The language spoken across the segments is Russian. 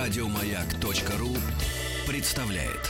Радиомаяк.ру представляет.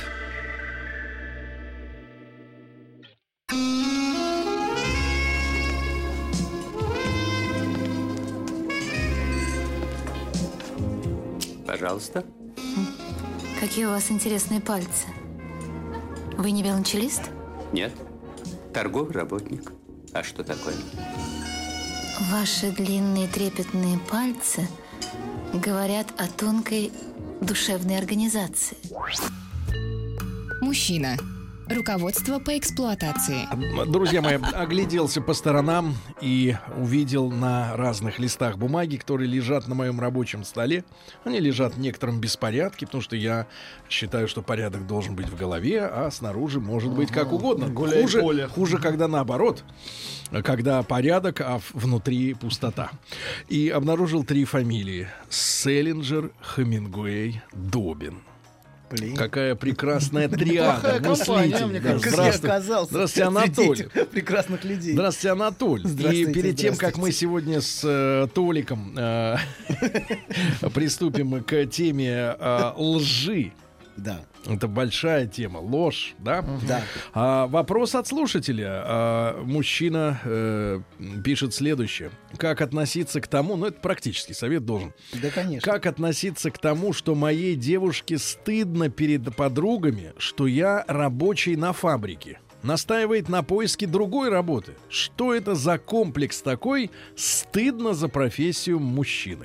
Пожалуйста. Какие у вас интересные пальцы. Вы не велончелист? Нет. Торговый работник. А что такое? Ваши длинные трепетные пальцы говорят о тонкой душевной организации. Мужчина. Руководство по эксплуатации. Друзья мои, огляделся по сторонам и увидел на разных листах бумаги, которые лежат на моем рабочем столе. Они лежат в некотором беспорядке, потому что я считаю, что порядок должен быть в голове, а снаружи может быть как угодно. Хуже, когда наоборот. Когда порядок, а внутри пустота. И обнаружил 3 фамилии: Селлинджер, Хемингуэй, Добин. Блин. Какая прекрасная триада мыслителей. Здравствуйте, Анатолий. Прекрасных людей. Здравствуйте, Анатолий. И перед тем, как мы сегодня с Толиком приступим к теме лжи. Да. Это большая тема. Ложь, да? Да. Вопрос от слушателя. Мужчина пишет следующее. Как относиться к тому, это практический совет должен. Да, конечно. Как относиться к тому, что моей девушке стыдно перед подругами, что я рабочий на фабрике? Настаивает на поиске другой работы. Что это за комплекс такой? Стыдно за профессию мужчины.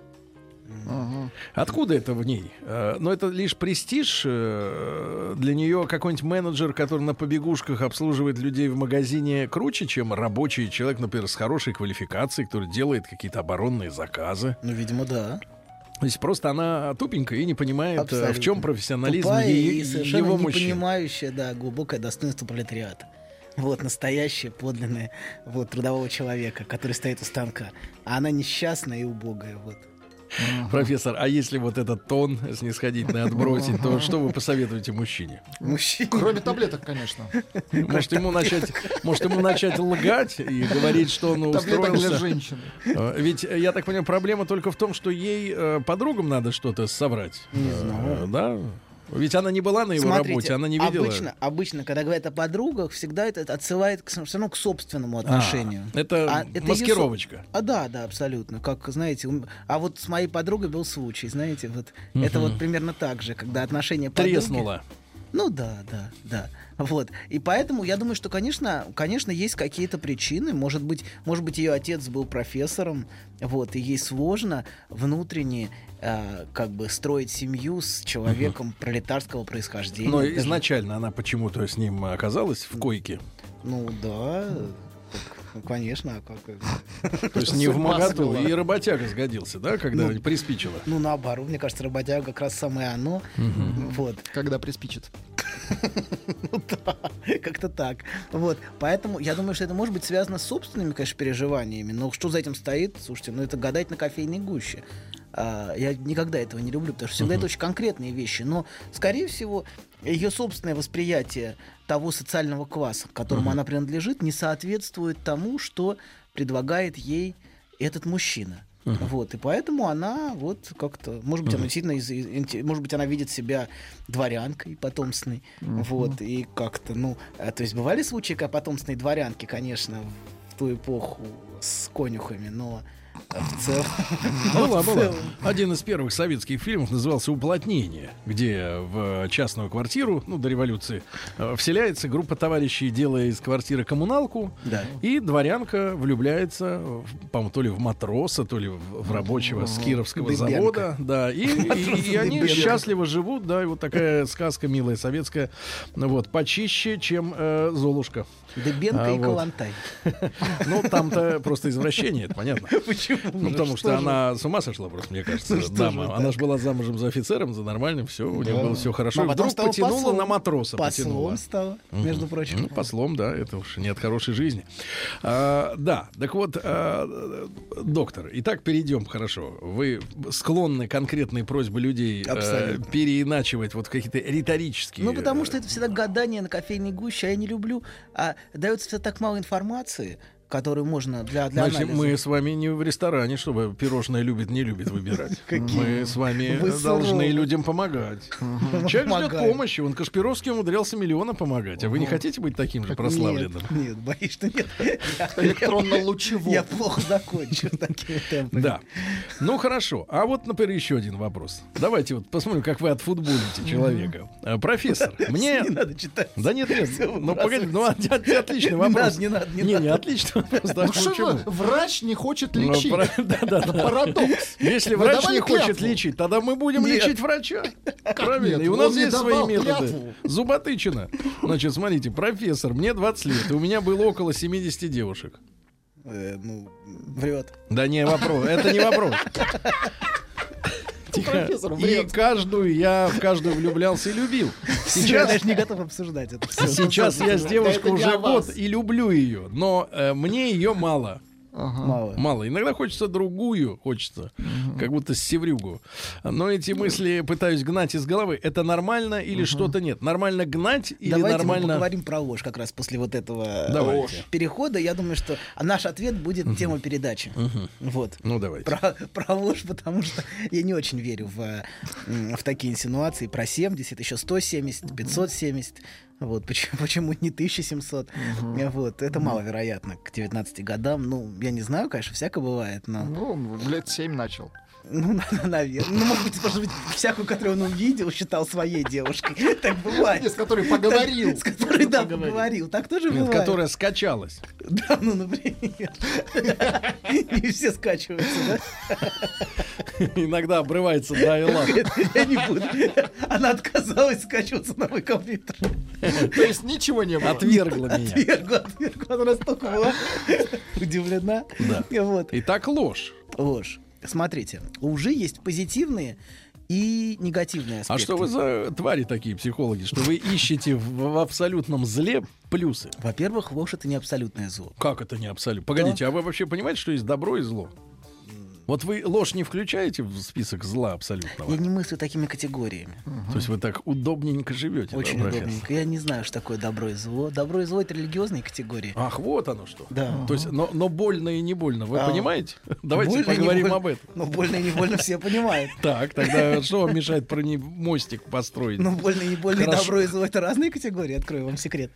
Откуда это в ней? Но это лишь престиж. Для нее какой-нибудь менеджер, который на побегушках обслуживает людей в магазине, круче, чем рабочий человек, например, с хорошей квалификацией, который делает какие-то оборонные заказы. Ну, видимо, да. То есть просто она тупенькая и не понимает, абсолютно. В чем профессионализм и совершенно его не мужчин. Понимающая, да, глубокое достоинство пролетариата. Вот, настоящее, подлинное, вот, трудового человека, который стоит у станка. А она несчастная и убогая, вот. Профессор, а если вот этот тон снисходительно отбросить, то что вы посоветуете мужчине? Кроме таблеток, конечно. Может ему начать лгать и говорить, что он устроился. Таблеток для женщин. Ведь, я так понимаю, проблема только в том, что ей подругам надо что-то соврать. Не знаю. Да? Ведь она не была на его работе, она не видела. Обычно, когда говорят о подругах, всегда это отсылает все равно к собственному отношению. Это маскировочка. Да, абсолютно. Как, знаете, а вот с моей подругой был случай, знаете, вот это вот примерно так же, когда отношения подруги... Треснула. Ну да. Вот. И поэтому я думаю, что, конечно, есть какие-то причины. Может быть, ее отец был профессором, вот, и ей сложно внутренне как бы строить семью с человеком пролетарского происхождения. Но изначально она почему-то с ним оказалась в койке. Ну да. Ну, конечно, а как? То есть не в моготу. И работяга сгодился, да, когда приспичило? Ну, наоборот, мне кажется, работяга как раз самое оно. Вот. Когда приспичит. Ну да, как-то так. Вот. Поэтому я думаю, что это может быть связано с собственными, конечно, переживаниями. Но что за этим стоит? Слушайте, это гадать на кофейной гуще. Я никогда этого не люблю, потому что всегда это очень конкретные вещи. Но, скорее всего, ее собственное восприятие того социального класса, к которому она принадлежит, не соответствует тому, что предлагает ей этот мужчина. Вот, и поэтому она вот как-то, может быть, она действительно, может быть, она видит себя дворянкой потомственной, вот, и как-то, то есть бывали случаи, когда потомственные дворянки, конечно, в ту эпоху с конюхами, но в целом... Была. Один из первых советских фильмов назывался «Уплотнение», где в частную квартиру, до революции, вселяется группа товарищей, делая из квартиры коммуналку, и дворянка влюбляется, по-моему, то ли в матроса, то ли в рабочего с Кировского завода. Да, и они счастливо живут, да, и вот такая сказка милая советская, почище, чем Золушка. Дыбенко и Калантай. Там-то просто извращение, это понятно. Почему? Потому что она с ума сошла просто, мне кажется, дама. Она же была замужем за офицером, за нормальным, все, у нее было все хорошо. И вдруг потянула на матроса. Послом стала, между прочим. Послом, да, это уж не от хорошей жизни. Да, так вот, доктор, итак, перейдем, хорошо. Вы склонны конкретные просьбы людей переиначивать вот какие-то риторические... потому что это всегда гадание на кофейной гуще, а я не люблю. Дается всегда так мало информации, которые можно для Значит, анализа. мы с вами не в ресторане, чтобы пирожное любит, не любит выбирать. Мы с вами Вы должны суровы. людям помогать. Человек ждет Помогаем. помощи. Он Кашпировский умудрялся миллиона помогать. А вы не хотите быть таким же прославленным? Нет, боюсь, что нет. Электронно-лучевой. Я плохо закончу такими темпами. Да. Ну хорошо. А вот, например, еще один вопрос. Давайте вот посмотрим, как вы отфутболите человека. Профессор, мне... Не надо читать. Да нет, ну погоди, ну отличный Не вопрос. надо, не надо, не Не, надо. отличный вопрос. Да, Ну что почему? вы, врач не хочет Ну, лечить. да. Парадокс. Если Вы врач давали не хочет клятву? лечить, тогда мы будем Нет. лечить врача. Правильно. нет? И у нас Он не есть свои давал методы. клятву. Зуботычина. Значит, смотрите, профессор, мне 20 лет, и у меня было около 70 девушек. Ну, врет. Да не вопрос, это не вопрос. Тихо. Профессор И врет. я в каждую влюблялся и любил. Я Сейчас даже не готов обсуждать это все. Сейчас я с девушкой это не уже о вас. год и люблю ее, но мне ее мало. Мало. Мало. Иногда хочется другую, хочется. Как будто севрюгу. Но эти мысли пытаюсь гнать из головы. Это нормально или что-то нет? Нормально гнать или Давайте мы нормально... поговорим про ложь как раз после вот этого Давайте. перехода. Я думаю, что наш ответ будет тема передачи. Вот. Ну, давайте. Про ложь, потому что я не очень верю в такие инсинуации про 70, еще 170, 570. Вот, почему не 1700? Вот, это маловероятно к 19 годам. Ну, я не знаю, конечно, всякое бывает, но... Ну, лет 7 начал. Ну, наверное. Ну, может быть, всякую, которую он увидел, считал своей девушкой. Так бывает. С которой поговорил. С которой, да, поговорил. Так тоже Нет, бывает. которая скачалась. Да, ну, например. И все скачиваются, да? Иногда обрывается дайлап. Я не буду. Она отказалась скачиваться на мой компьютер. То есть ничего не было. Отвергла меня. Отвергла. Она настолько была удивлена. Да. Вот. Итак, ложь. Ложь. Смотрите, у лжи есть позитивные и негативные аспекты. А что вы за твари такие, психологи, что вы ищете в абсолютном зле плюсы? Во-первых, ложь — это не абсолютное зло. Как это не абсолютно? Погодите, а вы вообще понимаете, что есть добро и зло? Вот вы ложь не включаете в список зла абсолютного? Я не мыслю такими категориями. То есть вы так удобненько живете, Очень да, профессор? удобненько. Я не знаю, что такое добро и зло. Добро и зло — это религиозные категории. Ах, вот оно что. Да. То есть, но больно и не больно. Вы понимаете? Давайте Больно и не поговорим больно. об этом. Ну, больно и не больно все понимают. Так, тогда что вам мешает про мостик построить? Ну, больно и не больно, и Хорошо. добро и зло — это разные категории. Открою вам секрет.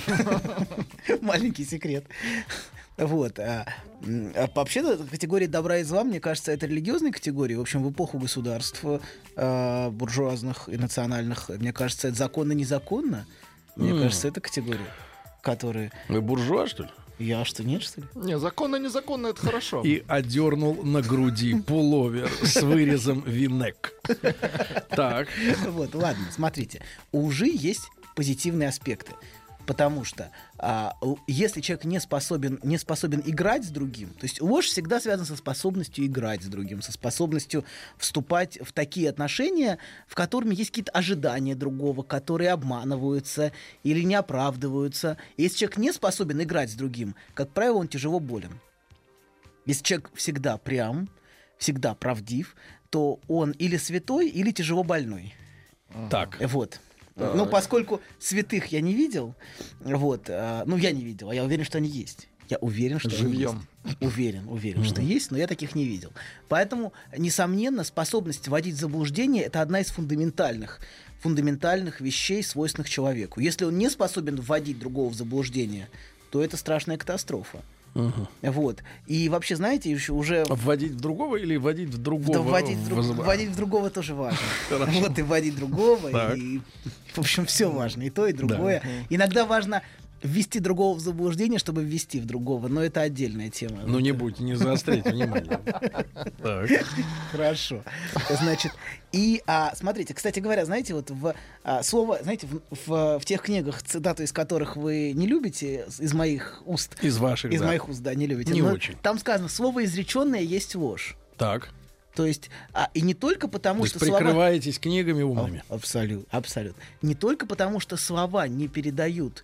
Маленький секрет. Вот. Вообще-то категория добра и зла, мне кажется, это религиозные категории. В общем, в эпоху государств буржуазных и национальных, мне кажется, это законно и незаконно. Мне кажется, это категории, которые... Вы буржуа, что ли? Я что, нет, что ли? Не, законно, незаконно, это хорошо. И одернул на груди пуловер с вырезом винек. Так. Вот, ладно, смотрите. У лжи есть позитивные аспекты. Потому что если человек не способен играть с другим, то есть ложь всегда связана со способностью играть с другим, со способностью вступать в такие отношения, в которыми есть какие-то ожидания другого, которые обманываются или не оправдываются. И если человек не способен играть с другим, как правило, он тяжело болен. Если человек всегда прям, всегда правдив, то он или святой, или тяжело больной. Так. Вот. Ну, поскольку святых я не видел, вот, ну, я не видел, а я уверен, что они есть. Я уверен, что Живьем. они есть. Уверен, что есть, но я таких не видел. Поэтому, несомненно, способность вводить в заблуждение — это одна из фундаментальных вещей, свойственных человеку. Если он не способен вводить другого в заблуждение, то это страшная катастрофа. Вот. И вообще, знаете, еще уже... Вводить в другого или вводить в другого? Вводить в другого тоже важно. Хорошо. Вот и вводить другого, Так. и, в общем, все важно, и то, и другое. Иногда важно ввести другого в заблуждение, чтобы ввести в другого, но это отдельная тема. Ну не будьте, не заостряйте внимание. Так. Хорошо. Значит, и смотрите, кстати говоря, знаете, вот слово, знаете, в тех книгах, цитату из которых вы не любите, из моих уст. Из ваших, Из да. моих уст, да, не любите. Не но очень. Там сказано: слово изреченное есть ложь. Так. То есть, и не только потому, То есть что слова... прикрываетесь книгами умными. Абсолютно. Не только потому, что слова не передают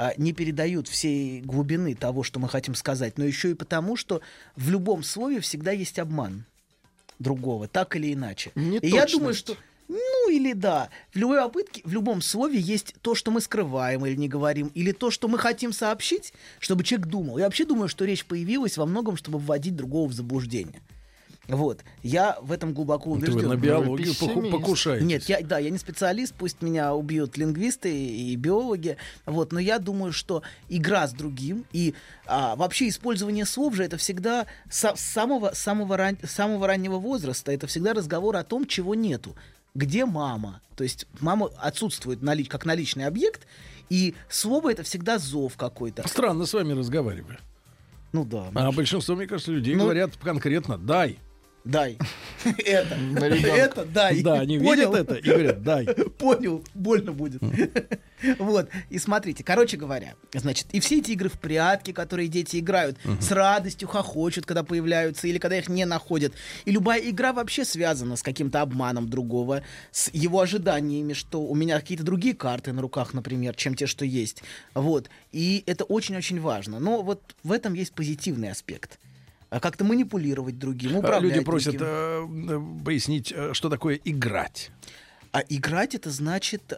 всей глубины того, что мы хотим сказать, но еще и потому, что в любом слове всегда есть обман другого, так или иначе. И я думаю, что или да. В любой попытке, в любом слове есть то, что мы скрываем или не говорим, или то, что мы хотим сообщить, чтобы человек думал. Я вообще думаю, что речь появилась во многом, чтобы вводить другого в заблуждение. Вот. Я в этом глубоко Вы убежден. на биологию пессимист. покушаетесь. Нет, я не специалист, пусть меня убьют лингвисты и биологи, вот, но я думаю, что игра с другим и вообще использование слов же это всегда с самого раннего возраста, это всегда разговор о том, чего нету. Где мама? То есть мама отсутствует как наличный объект, и слово это всегда зов какой-то. Странно с вами разговариваю. Ну да. А большинство, мне кажется, людей Ну, говорят конкретно «дай». Дай. Это. На ребенка. Это дай. Да, они Понял? видят это и говорят «дай». Понял, больно будет. Вот, и смотрите, короче говоря, значит, и все эти игры в прятки, которые дети играют, с радостью хохочут, когда появляются, или когда их не находят. И любая игра вообще связана с каким-то обманом другого, с его ожиданиями, что у меня какие-то другие карты на руках, например, чем те, что есть. Вот, и это очень-очень важно. Но вот в этом есть позитивный аспект. Как-то манипулировать другим, управлять Люди просят другим. пояснить, что такое играть. А играть это значит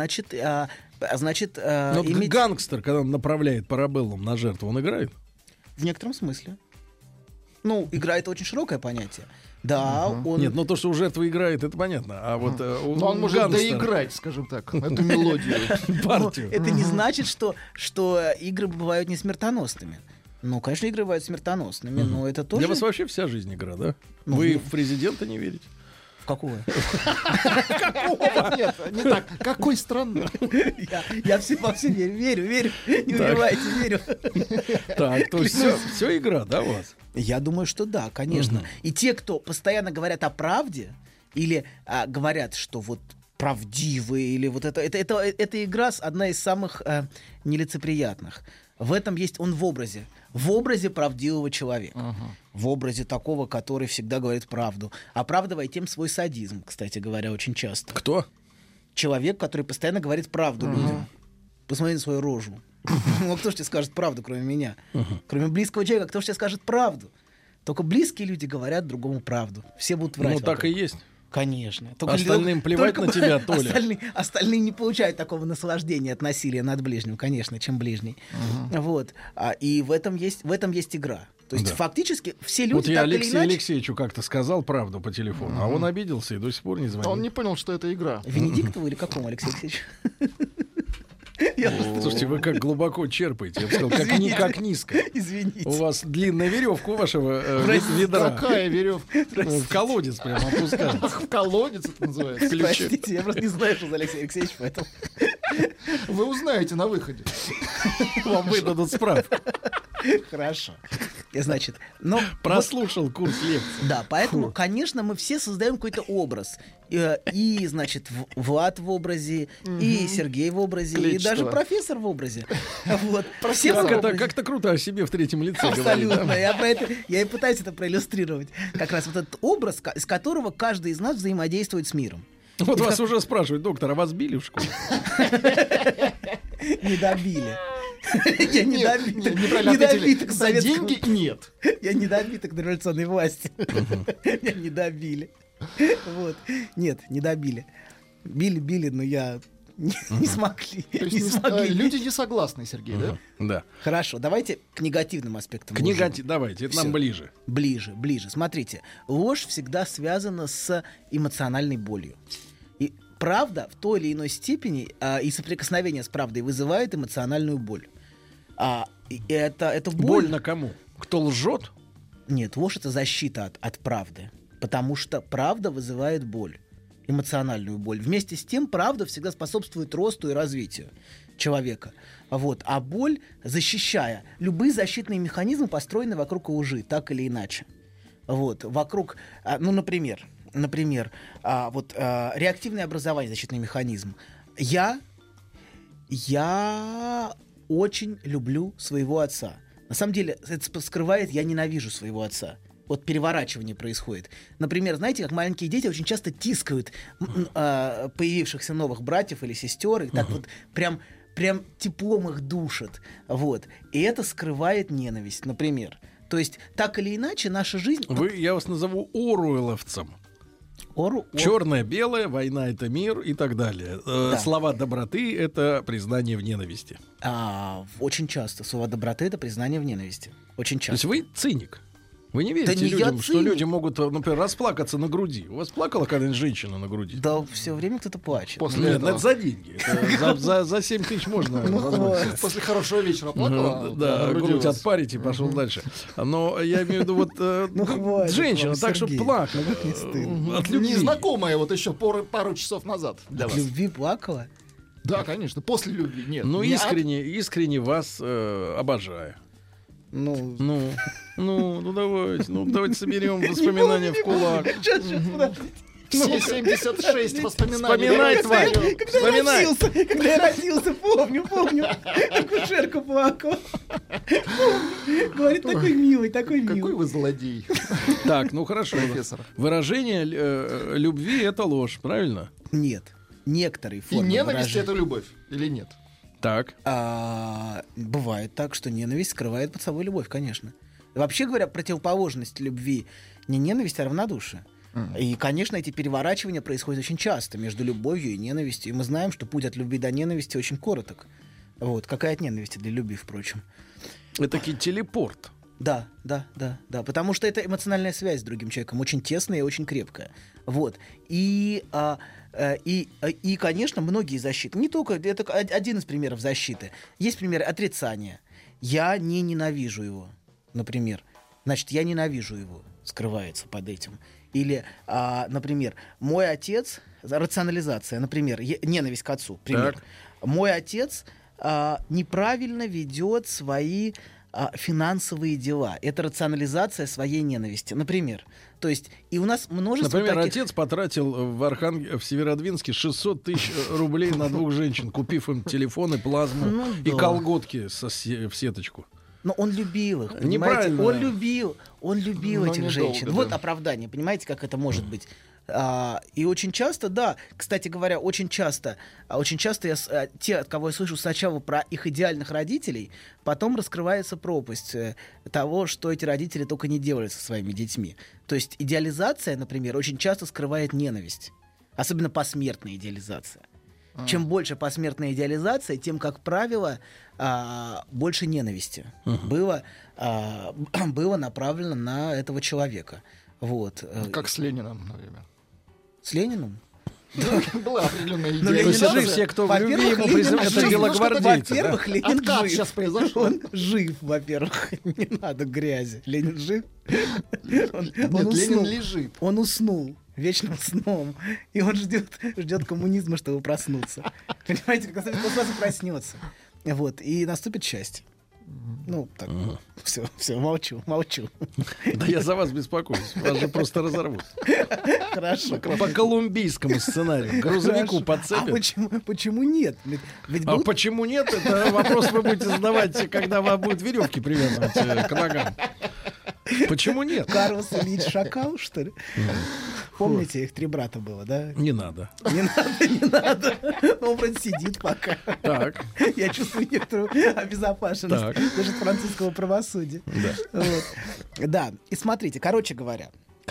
Но иметь... гангстер, когда он направляет парабеллум на жертву, он играет? В некотором смысле. Ну, игра — это очень широкое понятие. Да, он... Нет, но то, что у жертвы играет, это понятно. А вот у Но он может гангстера доиграть, скажем так, эту мелодию. партию. Это не значит, что игры бывают не смертоносными. Ну, конечно, игры бывают смертоносными, но это тоже... Для вас вообще вся жизнь игра, да? Ну, Вы ну. в президента не верите? В какого? Нет, не так. Какой странный. Я во все верю. Не убивайте, верю. Так, то есть все игра, да, у вас? Я думаю, что да, конечно. И те, кто постоянно говорят о правде, или говорят, что вот правдивые, или вот эта игра одна из самых нелицеприятных. В этом есть он в образе правдивого человека, в образе такого, который всегда говорит правду, оправдывая тем свой садизм, кстати говоря, очень часто. Кто? Человек, который постоянно говорит правду людям. Посмотри на свою рожу. Ну, кто же тебе скажет правду, кроме меня? Кроме близкого человека, кто же тебе скажет правду? Только близкие люди говорят другому правду. Все будут врать. Ну, так и вокруг. есть. Конечно. Остальным плевать на тебя, Толя. Остальные не получают такого наслаждения от насилия над ближним, конечно, чем ближний. Вот. И в этом есть игра. То есть фактически все люди Вот я так или Алексею иначе... Алексеевичу как-то сказал правду по телефону, а он обиделся и до сих пор не звонит. Он не понял, что это игра. Венедиктову или какому, Алексей Алексеевич? Слушайте, вы как глубоко черпаете. Я бы сказал, как низко. Извините. У вас длинная веревка у вашего ведра. Какая веревка? В колодец прямо опускается. Ах, в колодец это называется. Простите, я просто не знаю, что за Алексей Алексеевич, поэтому... Вы узнаете на выходе. Вам выдадут справку. Хорошо. Значит, но... Прослушал курс лекций. Да, поэтому, конечно, мы все создаем какой-то образ. И, значит, Влад в образе, и Сергей в образе, и Клетчатого. даже профессор в образе. Вот. Все в образе. Как-то круто о себе в третьем лице говорить. Абсолютно. да? Я и пытаюсь это проиллюстрировать. Как раз вот этот образ, из которого каждый из нас взаимодействует с миром. Вот вас уже спрашивают, доктор, а вас били в школе? Не добили. Я не добиток. Неправильно ответили. За деньги нет. Я не добиток до революционной власти. Меня не добили. Вот. Нет, не добили. Били, но я не смогли. То Не есть смогли. люди не согласны, Сергей, да? Да. Хорошо, давайте к негативным аспектам. Давайте, это нам Всё. ближе. Ближе. Смотрите, ложь всегда связана с эмоциональной болью. И правда в той или иной степени и соприкосновение с правдой вызывает эмоциональную боль. И это боль. Больно кому? Кто лжет? Нет, ложь — это защита от правды. Потому что правда вызывает боль. Эмоциональную боль. Вместе с тем, правда всегда способствует росту и развитию человека. Вот. А боль, защищая, любые защитные механизмы построены вокруг лжи, так или иначе. Вот. Вокруг, например, реактивное образование, защитный механизм. Я очень люблю своего отца. На самом деле, это скрывает, я ненавижу своего отца. Вот переворачивание происходит. Например, знаете, как маленькие дети очень часто тискают появившихся новых братьев или сестер, и так вот прям теплом их душат. Вот. И это скрывает ненависть, например. То есть, так или иначе, наша жизнь... Я вас назову Оруэлловцем. Черное-белое, война — это мир и так далее. Да. Слова доброты — это признание в ненависти. Очень часто слова доброты — это признание в ненависти. Очень То есть часто. вы циник. Вы не верите не я людям, что циник. люди могут, например, расплакаться на груди. У вас плакала когда-нибудь женщина на груди? Да, все время кто-то плачет. После Нет, этого. это за деньги. Это за 7 тысяч можно позволить. После хорошего вечера плакала. Да, на груди грудь у вас. отпарить и пошел дальше. Но я имею в виду вот хватит женщина, вам, так что Сергей. плакала. Как не стыдно. От любви. Незнакомая вот еще пару часов назад для От вас. любви плакала? Да, конечно, после любви. Нет. Ну, не от- искренне вас обожаю. Ну, Давайте соберем воспоминания в кулак. Все 76 воспоминаний. Вспоминай, тварь. Вспоминай. Когда я родился, помню. Акушерка плакала. Помню. Говорит, такой милый. Какой вы злодей, Так, ну хорошо. профессор. Выражение любви — это ложь, правильно? Нет. Некоторые И формы ненависть — выражения. это любовь или нет? Так. Бывает так, что ненависть скрывает под собой любовь, конечно. Вообще говоря, противоположность любви не ненависть, а равнодушие. И, конечно, эти переворачивания происходят очень часто между любовью и ненавистью. И мы знаем, что путь от любви до ненависти очень короток. Вот, как и от ненависти для любви, впрочем. Это таки телепорт. Да, потому что это эмоциональная связь с другим человеком, очень тесная и очень крепкая. Вот. И, конечно, многие защиты, не только, это один из примеров защиты. Есть примеры отрицания. Я не ненавижу его, например. Значит, я ненавижу его, скрывается под этим. Или, например, мой отец, рационализация, например, ненависть к отцу, пример. Так. Мой отец неправильно ведет свои финансовые дела. Это рационализация своей ненависти. Например. То есть, и у нас множество Например, таких... отец потратил в Северодвинске 600 тысяч рублей на 2 женщин, купив им телефоны, плазму Ну и да. колготки в сеточку. Но он любил их, понимаете? Неправильно. Он любил Но этих недолго, женщин. да. Вот оправдание, понимаете, как это может быть. И очень часто, да, кстати говоря, очень часто те, от кого я слышу сначала про их идеальных родителей, потом раскрывается пропасть того, что эти родители только не делали со своими детьми. То есть идеализация, например, очень часто скрывает ненависть. Особенно посмертная идеализация. Чем больше посмертная идеализация, тем, как правило, больше ненависти было направлено на этого человека. Вот. Как с Лениным, например. С Лениным? Была определенная Ну, То идея. есть Ленин это жив. все, кто в Во-первых, любви ему Ленин призывает, это жив. белогвардейцы. да? Во-первых, Ленин Откат жив. сейчас произошел. Он жив, во-первых. Не надо грязи. Ленин жив. Он Нет, Ленин уснул. лежит. Он уснул вечным сном. И он ждет коммунизма, чтобы проснуться. Понимаете, как он сразу проснется. Вот. И наступит счастье. Ну, так, все, молчу. Да я за вас беспокоюсь. Вас же просто разорвут. Хорошо. По колумбийскому сценарию. Грузовику Хорошо. подцепят. Почему нет? Ведь А будут- почему нет? Это вопрос вы будете задавать, когда вам будут веревки привязывать к ногам. Почему нет? Карлос Ильич Шакал, что ли? Помните, их 3 брата было, да? Не надо. Не надо. Ну, он вроде сидит пока. Так. Я чувствую некоторую обезопасенность Так. даже от французского правосудия. Вот. Да, и смотрите, короче говоря,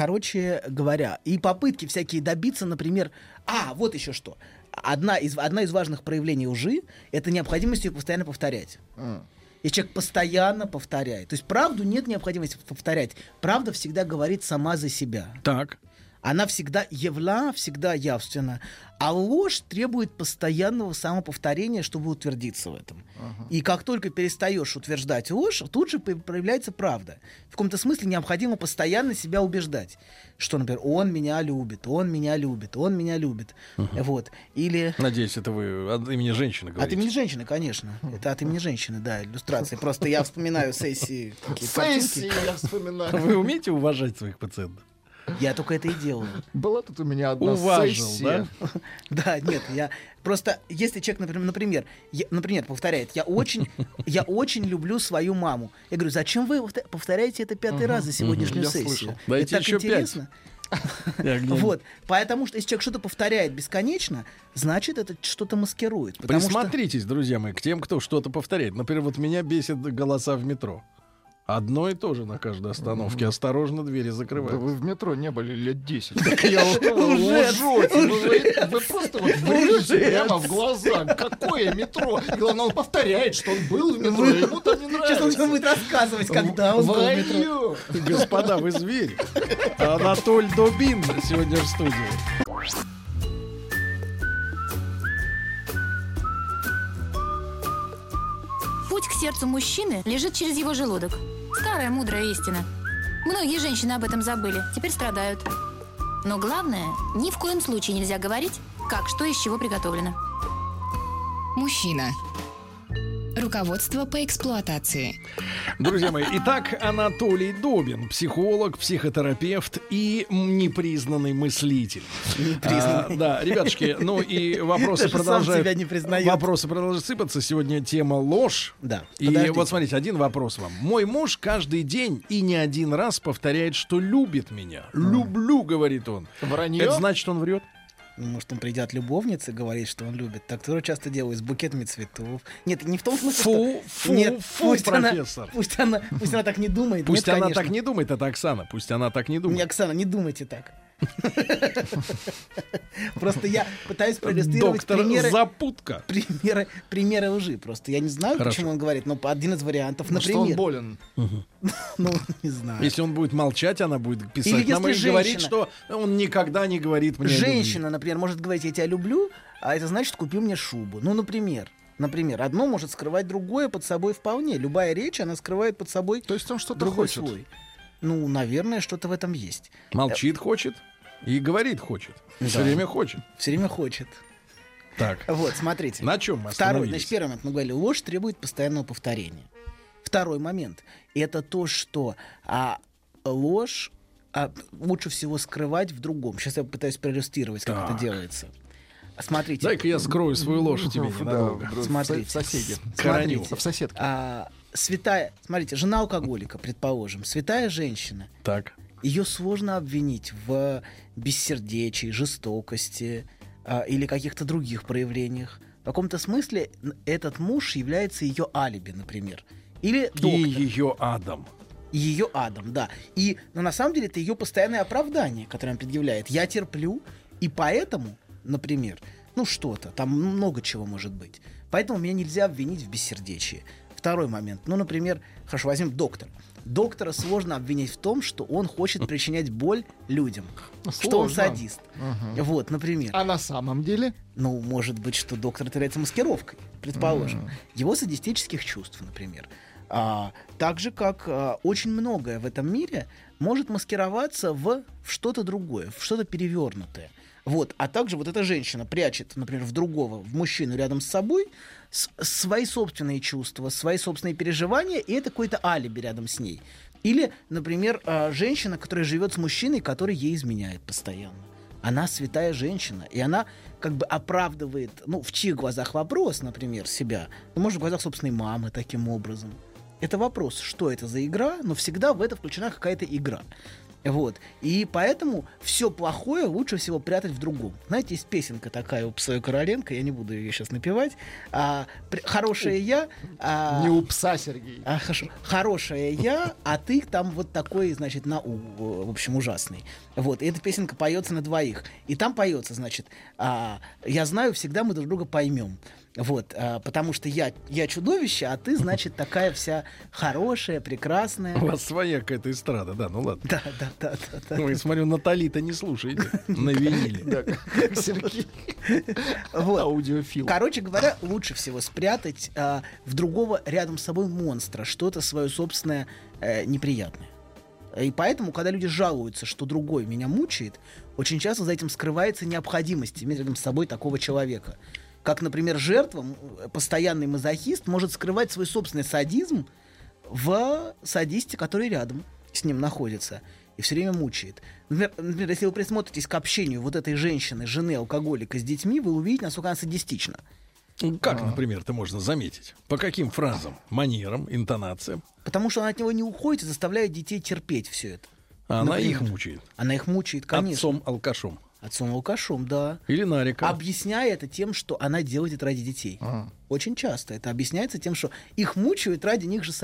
и попытки всякие добиться, например... вот еще что. Одна из важных проявлений лжи — это необходимость ее постоянно повторять. И человек постоянно повторяет. То есть правду нет необходимости повторять. Правда всегда говорит сама за себя. Так. Она всегда явна, всегда явственна. А ложь требует постоянного самоповторения, чтобы утвердиться в этом. И как только перестаешь утверждать ложь, тут же проявляется правда. В каком-то смысле необходимо постоянно себя убеждать. Что, например, он меня любит, он меня любит, он меня любит. Вот. Или... Надеюсь, это вы от имени женщины От говорите. имени женщины, конечно. Это от имени женщины, да, иллюстрация. Просто я вспоминаю сессии. Такие Сессии, картинки. я вспоминаю. Вы умеете уважать своих пациентов? Я только это и делаю. Была тут у меня одна Уважил, сессия. да? Да, нет, я просто, если человек, например, повторяет, я очень люблю свою маму. Я говорю, зачем вы повторяете это 5-й раз за сегодняшнюю Я сессию? слышал. Дайте Это так еще 5. интересно. Я где- Вот, потому что если человек что-то повторяет бесконечно, значит, это что-то маскирует. Потому что... Присмотритесь, друзья мои, к тем, кто что-то повторяет. Например, вот меня бесит голоса в метро. Одно и то же на каждой остановке. Осторожно, двери Да закрываются. вы в метро не были лет 10. Ужас, Вы просто вот врете прямо в глаза. Какое метро? И главное, он повторяет, что он был в метро, и ему там не Сейчас он нравится. будет рассказывать, когда он был в метро. Вранье. Господа, вы звери. Анатоль Добин сегодня в студии. Путь к сердцу мужчины лежит через его желудок. Старая мудрая истина. Многие женщины об этом забыли, теперь страдают. Но главное, ни в коем случае нельзя говорить, как что из чего приготовлено. Мужчина. Руководство по эксплуатации. Друзья мои, итак, Анатолий Добин, психолог, психотерапевт и непризнанный мыслитель. Да, ребятушки, ну и вопросы Даже сам продолжают. себя не признает. Вопросы продолжают сыпаться. Сегодня тема ложь. Да, И подождите. вот смотрите, один вопрос вам. Мой муж каждый день и не один раз повторяет, что любит меня. Люблю, говорит он. Вранье? Это значит, он врет? Ну, может, он придет от любовницы, говорит, что он любит. Так тоже часто делают с букетами цветов. Нет, не в том смысле, что... Нет, пусть профессор. Пусть она так не думает. Пусть Нет, она конечно. так не думает, это Оксана. Пусть она так не Не, думает. Оксана, не думайте так. Просто я пытаюсь проиллюстрировать Доктор Запутка. примеры лжи. Просто я не знаю, Хорошо. почему он говорит, но один из вариантов, Ну, что он например. болен. Ну, не знаю. Если он будет молчать, она будет писать Или нам и если говорить, женщина- что он никогда не говорит мне о любви. Женщина, например, может говорить, я тебя люблю, а это значит, купи мне шубу. Ну, например. Одно может скрывать другое под собой вполне. Любая речь, она скрывает под собой То есть он что-то другой хочет. слой. Ну, наверное, что-то в этом есть. Молчит, хочет и говорит, хочет. Все Да. время хочет. Все время хочет. Так, Вот, смотрите. на чем мы Второй, остановились? значит, первый момент мы говорили, ложь требует постоянного повторения. Второй момент — это то, что ложь лучше всего скрывать в другом. Сейчас я пытаюсь проиллюстрировать, как это делается. Смотрите. Дай-ка я скрою свою ложь тебе Да, ненадолго. Смотрите. в соседе. Короню. В соседке. Святая, смотрите, жена алкоголика, предположим, святая женщина, Так. ее сложно обвинить в бессердечии, жестокости или каких-то других проявлениях. В каком-то смысле этот муж является ее алиби, например. Или доктор. И ее Адам. Ее Адам, да. Но на самом деле это ее постоянное оправдание, которое он предъявляет. Я терплю, и поэтому, например, что-то, там много чего может быть. Поэтому меня нельзя обвинить в бессердечии. Второй момент. Например, хорошо, возьмем доктора. Доктора сложно обвинить в том, что он хочет причинять боль людям. Что он Сложно. садист. Вот, например. А на самом деле? Может быть, что доктор это является маскировкой, предположим. Его садистических чувств, например. Так же, как очень многое в этом мире может маскироваться в что-то другое, в что-то перевернутое. Вот. А также вот эта женщина прячет, например, в мужчину рядом с собой свои собственные чувства, свои собственные переживания, и это какое-то алиби рядом с ней. Или, например, женщина, которая живет с мужчиной, который ей изменяет постоянно. Она святая женщина, и она как бы оправдывает, в чьих глазах вопрос, например, себя, может, в глазах собственной мамы таким образом. Это вопрос, что это за игра, но всегда в это включена какая-то игра. Вот. И поэтому все плохое лучше всего прятать в другом. Знаете, есть песенка такая у Псоя Короленко, я не буду ее сейчас напевать. Хорошее я... Не у пса, Сергей. Хорошо. Хорошее я, а ты там вот такой, значит, в общем, ужасный. Вот. И эта песенка поется на двоих. И там поется, значит, я знаю, всегда мы друг друга поймем. Вот, потому что я чудовище, а ты, значит, такая вся хорошая, прекрасная. У вас своя какая-то эстрада, да, ну ладно. Да. Ой, смотрю, Натали-то не слушаете на виниле. Да, как Сергей. Вот. Аудиофил. Короче говоря, лучше всего спрятать в другого рядом с собой монстра, что-то свое собственное неприятное. И поэтому, когда люди жалуются, что другой меня мучает, очень часто за этим скрывается необходимость иметь рядом с собой такого человека. Как, например, жертва, постоянный мазохист, может скрывать свой собственный садизм в садисте, который рядом с ним находится и все время мучает. Например, если вы присмотритесь к общению вот этой женщины, жены алкоголика с детьми, вы увидите, насколько она садистична. Как, например, это можно заметить? По каким фразам, манерам, интонациям? Потому что она от него не уходит и заставляет детей терпеть все это. Она Например, их мучает. Она их мучает, конечно. Отцом-алкашом. Отцом-алкашом, да. Или нариком. Объясняя это тем, что она делает это ради детей. Очень часто это объясняется тем, что их мучают ради них же самих.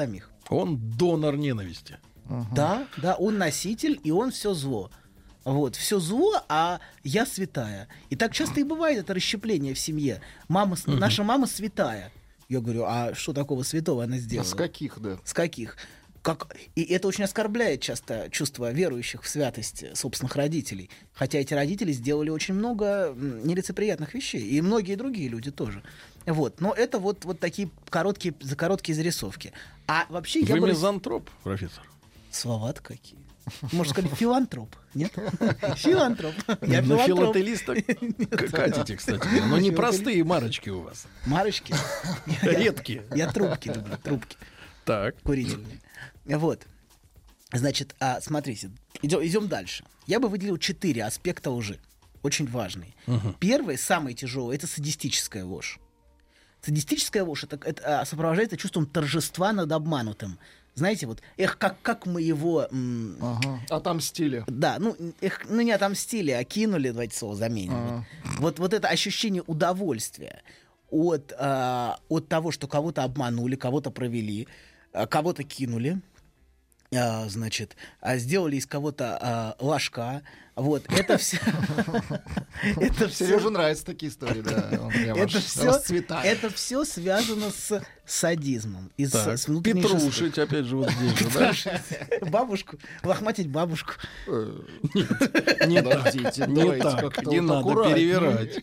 Он донор ненависти. Да, он носитель, и он все зло. Вот, все зло, а я святая. И так часто и бывает это расщепление в семье. Наша мама святая. Я говорю, а что такого святого она сделала? С каких, да? С каких? И это очень оскорбляет часто чувство верующих в святость собственных родителей. Хотя эти родители сделали очень много нелицеприятных вещей. И многие другие люди тоже. Вот. Но это вот такие короткие зарисовки. А вообще Вы мизантроп, профессор? Слова-то какие. Можно сказать, филантроп. Нет? Филантроп. Я На филантроп. филателиста катите, кстати. Но не простые марочки у вас. Марочки? Редкие. Я трубки люблю, трубки Так. курительные. Вот. Значит, смотрите, идем дальше. Я бы выделил 4 аспекта лжи. Очень важные. Первый, самый тяжелый, это садистическая ложь. Садистическая ложь это сопровождается чувством торжества над обманутым. Знаете, вот, как мы его... Отомстили. Да, не отомстили, а кинули, давайте слово заменим. Вот это ощущение удовольствия от того, что кого-то обманули, кого-то провели, кого-то кинули, значит, сделали из кого-то ложка. Вот, это все... Сереже нравятся такие истории, да. Это все связано с садизмом. Так, Петрушить, опять же, вот здесь же, да? Бабушку, лохматить бабушку. Не так, не надо перевирать.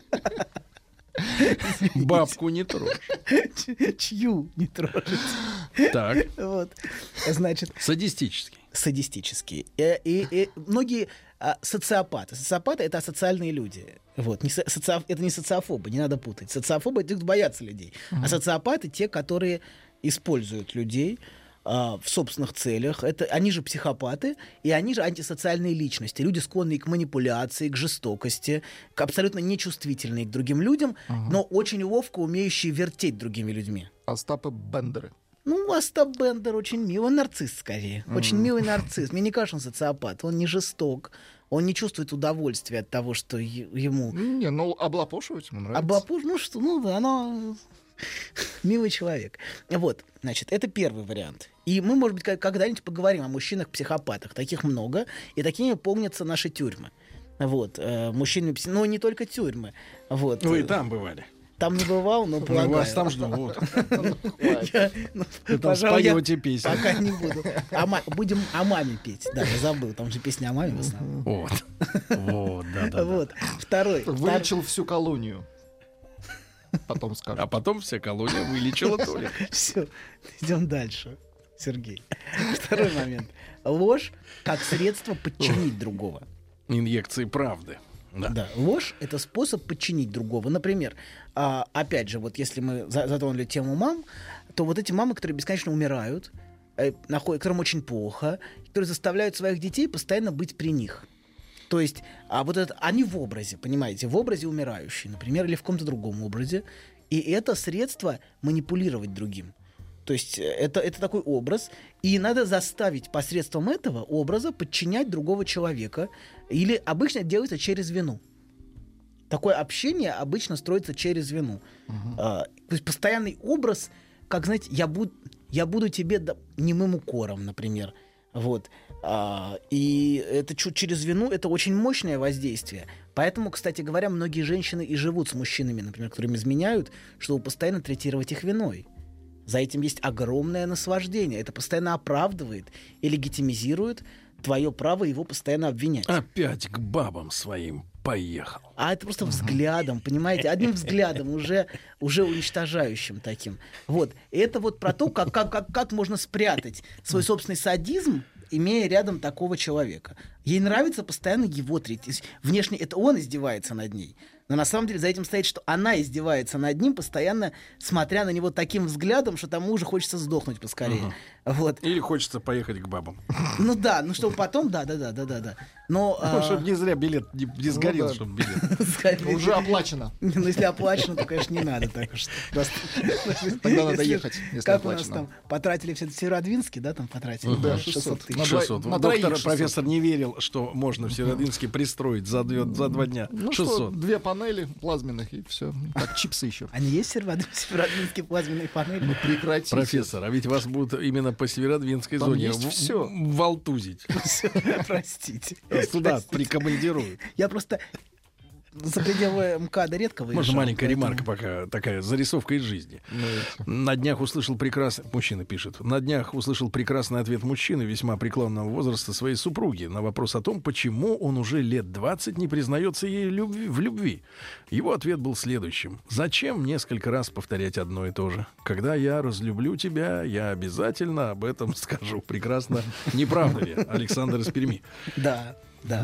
Бабку не трожь. Чью не трожить? Так. Вот. Значит, садистический. И многие социопаты. Социопаты — это асоциальные люди. Вот. Это не социофобы, не надо путать. Социофобы — это те, кто боятся людей. А социопаты — те, которые используют людей в собственных целях. Они же психопаты, и они же антисоциальные личности. Люди, склонные к манипуляции, к жестокости, абсолютно нечувствительные к другим людям, но очень ловко умеющие вертеть другими людьми. Остапы Бендеры. Остап Бендер очень милый, он нарцисс скорее. Очень милый нарцисс. Мне не кажется, он социопат. Он не жесток. Он не чувствует удовольствия от того, что ему... Облапошивать ему нравится. Оно... Милый человек. Вот, значит, это первый вариант. И мы, может быть, когда-нибудь поговорим о мужчинах-психопатах. Таких много, и такими помнятся наши тюрьмы. Вот, мужчины... Но не только тюрьмы. Вот. Вы и там бывали. Там не бывал, но полагаю. Вас там ждут. Вы там споете песню. Пока не буду. Будем о маме петь. Да, я забыл. Там же песня о маме в основном. Вот, да. Вот. Второй. Вылечил всю колонию. Потом скажу. А потом вся колония вылечила Толик. Все, идем дальше, Сергей. Второй момент. Ложь как средство подчинить другого. Инъекции правды. Да, ложь — это способ подчинить другого. Например, опять же, вот если мы затронули тему мам, то вот эти мамы, которые бесконечно умирают, которым очень плохо, которые заставляют своих детей постоянно быть при них. То есть, они в образе, понимаете, в образе умирающей, например, или в каком-то другом образе. И это средство манипулировать другим. То есть это такой образ, и надо заставить посредством этого образа подчинять другого человека. Или обычно это делается через вину. Такое общение обычно строится через вину. То есть постоянный образ, как, знаете, я буду тебе немым укором, например. Вот. И это через вину это очень мощное воздействие. Поэтому, кстати говоря, многие женщины и живут с мужчинами, например, которыми изменяют, чтобы постоянно третировать их виной. За этим есть огромное наслаждение. Это постоянно оправдывает и легитимизирует твое право его постоянно обвинять. Опять к бабам своим поехал. А это просто взглядом, понимаете? Одним взглядом, уже уничтожающим таким. Вот. И это вот про то, как можно спрятать свой собственный садизм, имея рядом такого человека. Ей нравится постоянно его третить. Внешне это он издевается над ней. Но на самом деле за этим стоит, что она издевается над ним, постоянно смотря на него таким взглядом, что тому уже хочется сдохнуть поскорее. Вот. Или хочется поехать к бабам. Чтобы потом, да. Но, чтобы не зря билет не сгорел, чтобы билет. Уже оплачено. Если оплачено, то, конечно, не надо так уж. Тогда надо ехать, если как у нас оплачено. там потратили все Северодвинске, да, там потратили? Да, 600 тысяч. 600. На Доктор, троих 600. профессор не верил узнал, что можно в Северодвинске пристроить за 2 дня? Ну 600. что, 2 панели плазменных и все. Так, чипсы еще. Они есть северодвинские плазменные панели? Ну прекратите. Профессор, а ведь вас будут именно по Северодвинской Там зоне есть всё. валтузить. Простите. Сюда прикомандируют. Я просто за пределы МКАДа редко выезжал. Можно маленькая поэтому- ремарка пока, такая зарисовка из жизни. На днях услышал прекрасный... Мужчина пишет. На днях услышал прекрасный ответ мужчины весьма преклонного возраста своей супруги на вопрос о том, почему он уже лет 20 не признается ей в любви. Его ответ был следующим. Зачем несколько раз повторять одно и то же? Когда я разлюблю тебя, я обязательно об этом скажу. Прекрасно. Не правда ли, Александр из Перми? Да.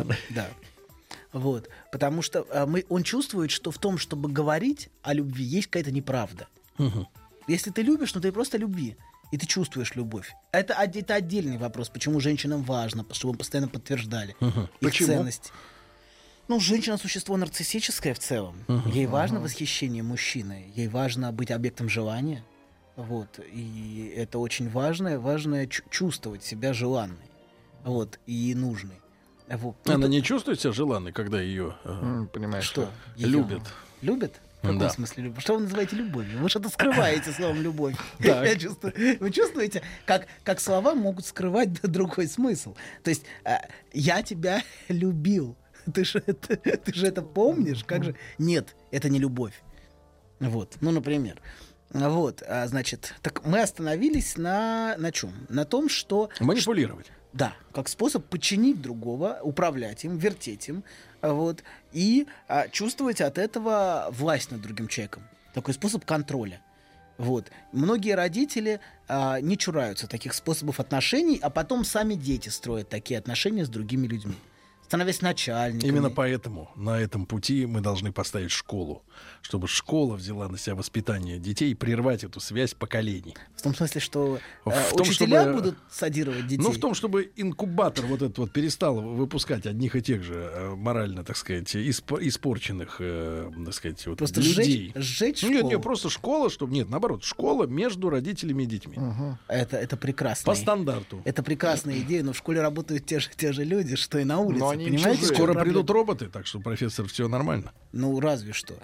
Вот. Потому что он чувствует, что в том, чтобы говорить о любви, есть какая-то неправда. Если ты любишь, ну ты просто люби. И ты чувствуешь любовь. Это отдельный вопрос, почему женщинам важно, чтобы постоянно подтверждали их Почему? ценность. Ну, женщина — существо нарциссическое в целом. Ей важно восхищение мужчины, ей важно быть объектом желания. Вот. И это очень важное чувствовать себя желанной. Вот. И нужной. Вот. Она не чувствует себя желанной, когда ее Понимаешь, Что? любят? Любят? В каком Да. смысле любят? Что вы называете любовью? Вы что-то скрываете словом «любовь». Так. Я чувствую. Вы чувствуете, как слова могут скрывать другой смысл? То есть «я тебя любил». Ты же это помнишь? Как же? Нет, это не любовь. Вот. Ну, например. Вот, значит, так мы остановились на чем? На том, что... Манипулировать. Да, как способ подчинить другого, управлять им, вертеть им, вот, и чувствовать от этого власть над другим человеком. Такой способ контроля. Вот. Многие родители не чураются таких способов отношений, а потом сами дети строят такие отношения с другими людьми, становясь начальниками. Именно поэтому на этом пути мы должны поставить школу, чтобы школа взяла на себя воспитание детей и прервать эту связь поколений. В том смысле, что В том, учителя чтобы- будут садировать детей. Ну, в том, чтобы инкубатор вот этот вот перестал выпускать одних и тех же морально, так сказать, испорченных, так сказать, вот Просто людей. сжечь Ну, школу. нет, просто школа, чтобы... Нет, наоборот, школа между родителями и детьми. Это прекрасно. По стандарту. Это прекрасная идея, но в школе работают те же люди, что и на улице. Но они Понимаете, чужие. в чем Скоро проблема? придут роботы, так что, профессор, все нормально. Ну, разве что.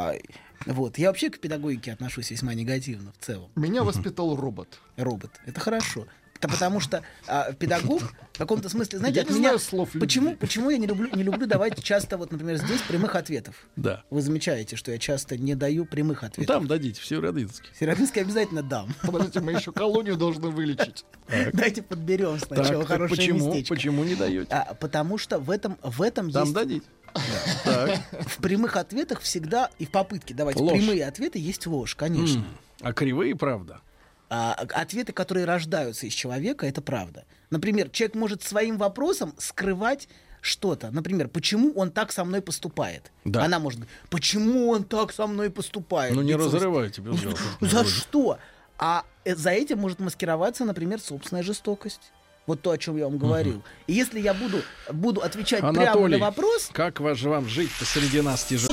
Вот. Я вообще к педагогике отношусь весьма негативно в целом. Меня воспитал робот. Робот. Это хорошо. Это потому что педагог в каком-то смысле, знаете, Я от не меня... знаю слов любви. Почему я не люблю давать часто, вот, например, здесь прямых ответов? Да. Вы замечаете, что я часто не даю прямых Ну, ответов. там дадите, в Северодвинске. Серафимский обязательно дам. Подождите, мы еще колонию должны вылечить. Дайте подберем сначала Так, хорошее почему? местечко. Почему не даете? Потому что в этом Там есть... дадите. Так. В прямых ответах всегда, и в попытке давать Ложь. прямые ответы, есть ложь, конечно. А кривые, правда? Ответы, которые рождаются из человека, это правда. Например, человек может своим вопросом скрывать что-то. Например, почему он так со мной поступает? Да. Она может говорить, почему он так со мной поступает? Ну, не Биться в- разрывайте, безусловно. За что? А за этим может маскироваться, например, собственная жестокость. Вот то, о чем я вам говорил. И если я буду отвечать прямо Анатолий, на вопрос... как же вам жить-то среди нас тяжело?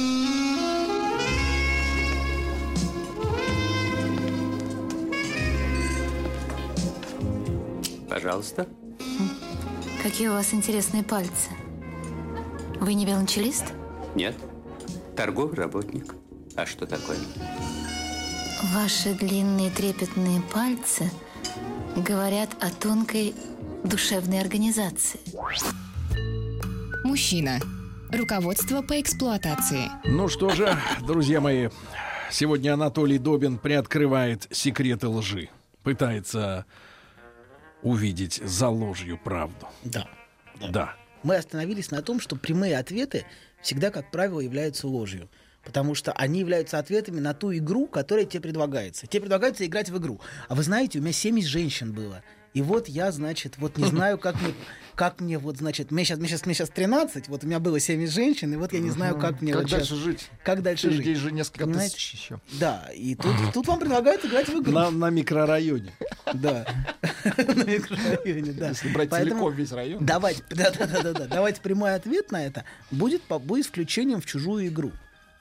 Пожалуйста. Какие у вас интересные пальцы. Вы не велончелист? Нет. Торговый работник. А что такое? Ваши длинные трепетные пальцы говорят о тонкой душевной организации. Мужчина. Руководство по эксплуатации. Ну что же, друзья мои, сегодня Анатолий Добин приоткрывает секреты лжи. Пытается увидеть за ложью правду. Да. Да. Мы остановились на том, что прямые ответы всегда, как правило, являются ложью. Потому что они являются ответами на ту игру, которая тебе предлагается. Тебе предлагается играть в игру. А вы знаете, у меня 70 женщин было. И вот я, значит, вот не знаю, как мне вот, значит, мне сейчас 13, вот у меня было 70 женщин, и вот я не знаю, как мне Как вот дальше сейчас... жить? Как дальше жить? Здесь же несколько Понимаете? тысяч еще. Да, и тут вам предлагают играть в игру. На микрорайоне. Да. На микрорайоне, да. Если брать Поэтому целиком весь район. давать прямой ответ на это будет включением в чужую игру.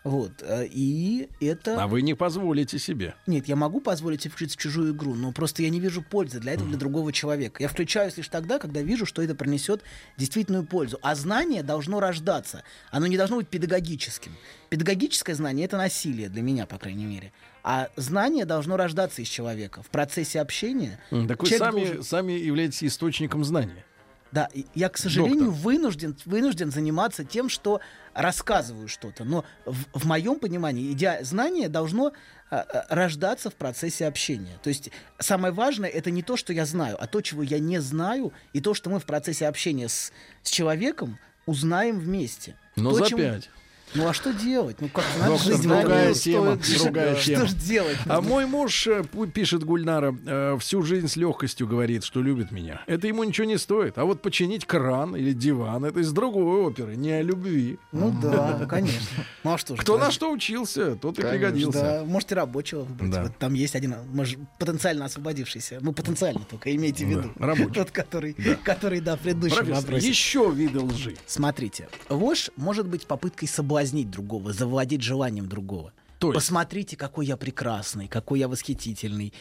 Вот. И это... А вы не позволите себе. Нет, я могу позволить себе включиться в чужую игру, но просто я не вижу пользы для этого для другого человека. Я включаюсь лишь тогда, когда вижу, что это принесет действительную пользу. А знание должно рождаться. Оно не должно быть педагогическим. Педагогическое знание — это насилие для меня, по крайней мере. А знание должно рождаться из человека. В процессе общения... Так вы сами являетесь источником знания. Да, я, к сожалению, вынужден заниматься тем, что рассказываю что-то. Но в моем понимании знание должно рождаться в процессе общения. То есть самое важное — это не то, что я знаю, а то, чего я не знаю, и то, что мы в процессе общения с человеком узнаем вместе. Но то, за 5. Ну а что делать? Ну как Доктор, другая тема. Что ж делать? А мой муж, пишет Гульнара, всю жизнь с легкостью говорит, что любит меня. Это ему ничего не стоит. А вот починить кран или диван — это из другой оперы, не о любви. Ну да, конечно. Ну а что ж? Кто на что учился, тот и пригодился. Да, можете рабочего выбрать. Да. Вот там есть один, потенциально освободившийся. Ну потенциально только, имейте в виду. Рабочий. Тот, который, в предыдущем вопросе. Еще виды лжи. Смотрите, ложь может быть попыткой соблазнить другого, завладеть желанием другого. Посмотрите, какой я прекрасный, какой я восхитительный.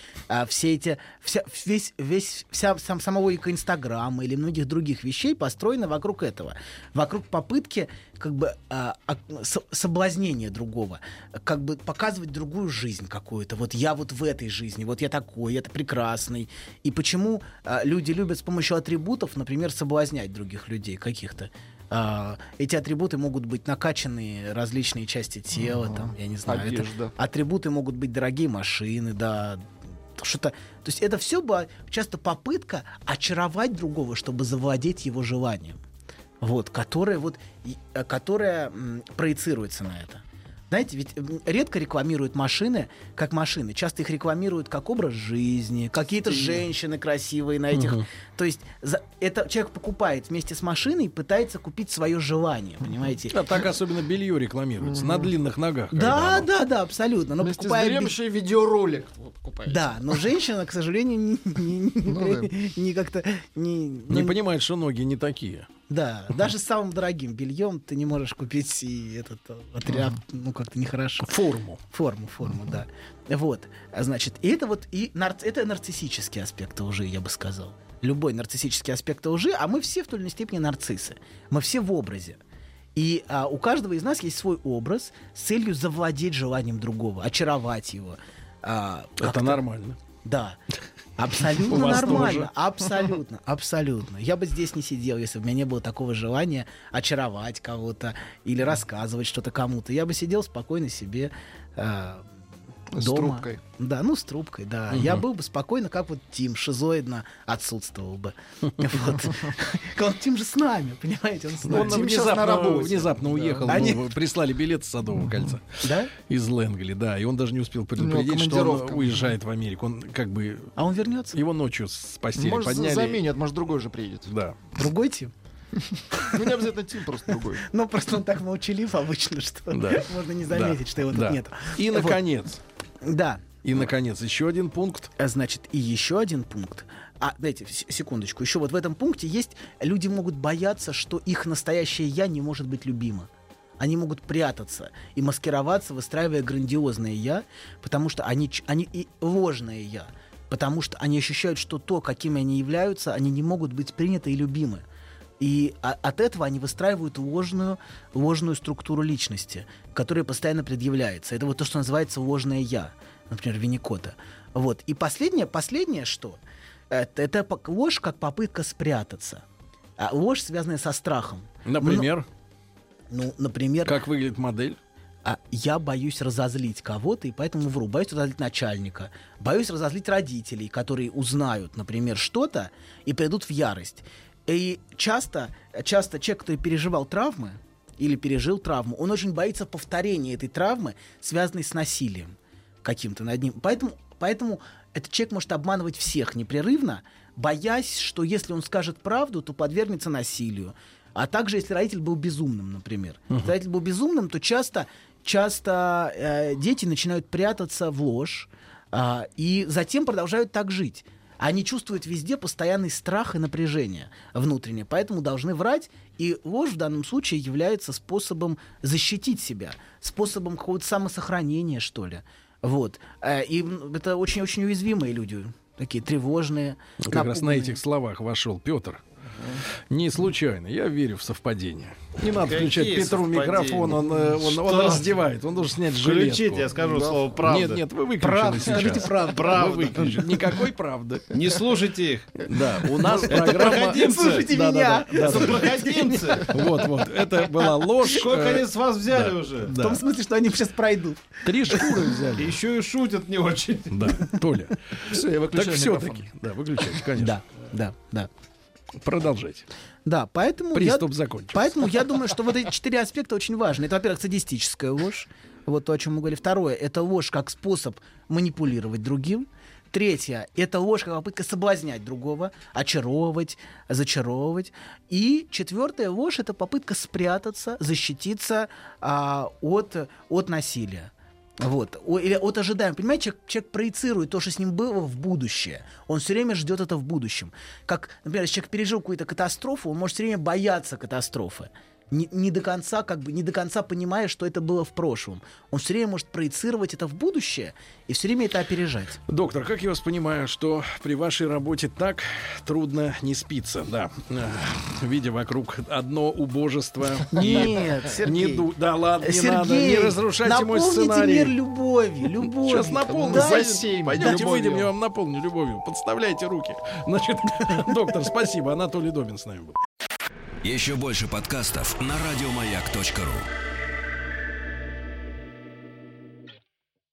Самого Инстаграма или многих других вещей построено вокруг этого. Вокруг попытки как бы соблазнения другого. Как бы показывать другую жизнь какую-то. Вот я вот в этой жизни, вот я такой, это прекрасный. И почему люди любят с помощью атрибутов, например, соблазнять других людей каких-то. Эти атрибуты могут быть накачанные различные части тела, там, я не знаю. Атрибуты могут быть дорогие машины, да, что-то. То есть это все часто попытка очаровать другого, чтобы завладеть его желанием, вот, которая проецируется на это. Знаете, ведь редко рекламируют машины как машины. Часто их рекламируют как образ жизни, какие-то женщины красивые на этих. То есть это человек покупает вместе с машиной, пытается купить свое желание, понимаете? А так особенно белье рекламируется на длинных ногах. Да, абсолютно. Но вместе с бельем еще и видеоролик покупаете. Да, но женщина, к сожалению, не как-то не понимает, что ноги не такие. Да, даже с самым дорогим бельем ты не можешь купить и этот отряд, ну как-то нехорошо. Форму, да. Вот, значит, это нарциссический аспект лжи, я бы сказал. Любой нарциссический аспект лжи, а мы все в той или иной степени нарциссы. Мы все в образе. И у каждого из нас есть свой образ с целью завладеть желанием другого, очаровать его. Это нормально. Да. Абсолютно нормально. Абсолютно. Я бы здесь не сидел, если бы у меня не было такого желания очаровать кого-то или рассказывать что-то кому-то. Я бы сидел спокойно себе дома. С трубкой. Да, с трубкой, да. Я был бы спокойно, как вот Тим, шизоидно отсутствовал бы. Тим же с нами, понимаете? Он с нами. Он внезапно уехал. Прислали билет с Садового кольца. Да? Из Лэнгли, да. И он даже не успел предупредить, что он уезжает в Америку. Он как бы... А он вернется? Его ночью с постели подняли. Может, заменят, может, другой же приедет. Да. Другой Тим? Ну, не обязательно Тим, просто другой. Ну, просто он так молчалив обычно, что можно не заметить, что его тут нет. И, наконец... Да. И, наконец, еще один пункт. Значит, и еще один пункт. Дайте секундочку. Еще вот в этом пункте есть... Люди могут бояться, что их настоящее «я» не может быть любимо. Они могут прятаться и маскироваться, выстраивая грандиозное «я», потому что они и ложное «я». Потому что они ощущают, что то, какими они являются, они не могут быть приняты и любимы. И от этого они выстраивают ложную структуру личности, которая постоянно предъявляется. Это вот то, что называется ложное «я», например, Винникота. Вот. И последнее что? Это ложь как попытка спрятаться. Ложь, связанная со страхом. Например? Например... Как выглядит модель? Я боюсь разозлить кого-то, и поэтому вру. Боюсь разозлить начальника. Боюсь разозлить родителей, которые узнают, например, что-то и придут в ярость. И часто человек, который переживал травмы или пережил травму, он очень боится повторения этой травмы, связанной с насилием каким-то над ним. Поэтому этот человек может обманывать всех непрерывно, боясь, что если он скажет правду, то подвергнется насилию. А также, если родитель был безумным, например. Если родитель был безумным, то часто дети начинают прятаться в ложь и затем продолжают так жить. Они чувствуют везде постоянный страх и напряжение внутреннее, поэтому должны врать И ложь в данном случае является способом защитить себя, способом какого-то самосохранения, что ли. Вот. И это очень-очень уязвимые люди, такие тревожные. Как раз на этих словах вошел Петр. Не случайно, я верю в совпадение. Не надо включать Петру микрофон, он раздевает, он должен снять жилетку. Включите, я скажу слово «правда». Нет, вы выключили сейчас. Скажите правду. Вы выключили. Никакой правды. Не слушайте их. Да, у нас программа... Слушайте меня. Проходимцы. Вот, это была ложь. Сколько они с вас взяли уже? В том смысле, что они сейчас пройдут. 3 шкуры взяли. Еще и шутят не очень. Да, Толя. Все, я Так выключаю микрофон. все-таки. Да, выключайте, конечно. Да. Продолжайте. Да, поэтому Приступ закончился. Поэтому я думаю, что вот эти 4 аспекта очень важны. Это, во-первых, садистическая ложь. Вот то, о чем мы говорили. Второе — это ложь как способ манипулировать другим. Третье — это ложь как попытка соблазнять другого, очаровывать, зачаровывать. И четвертая ложь — это попытка спрятаться, защититься от насилия. Вот. Или от ожидания. Понимаете, человек проецирует то, что с ним было, в будущее. Он все время ждет это в будущем. Как, например, если человек пережил какую-то катастрофу, он может все время бояться катастрофы. Не до конца понимая, что это было в прошлом. Он все время может проецировать это в будущее и все время это опережать. Доктор, как я вас понимаю, что при вашей работе так трудно не спится, да, видя вокруг одно убожество. Нет, Сергей. Да ладно, не Сергей, надо, не разрушайте мой наполните сценарий. мир любовью. Сейчас наполню. Пойдемте выйдем, я вам наполню любовью. Подставляйте руки. Значит, доктор, спасибо. Анатолий Добин с нами был. Еще больше подкастов на радиомаяк.ру.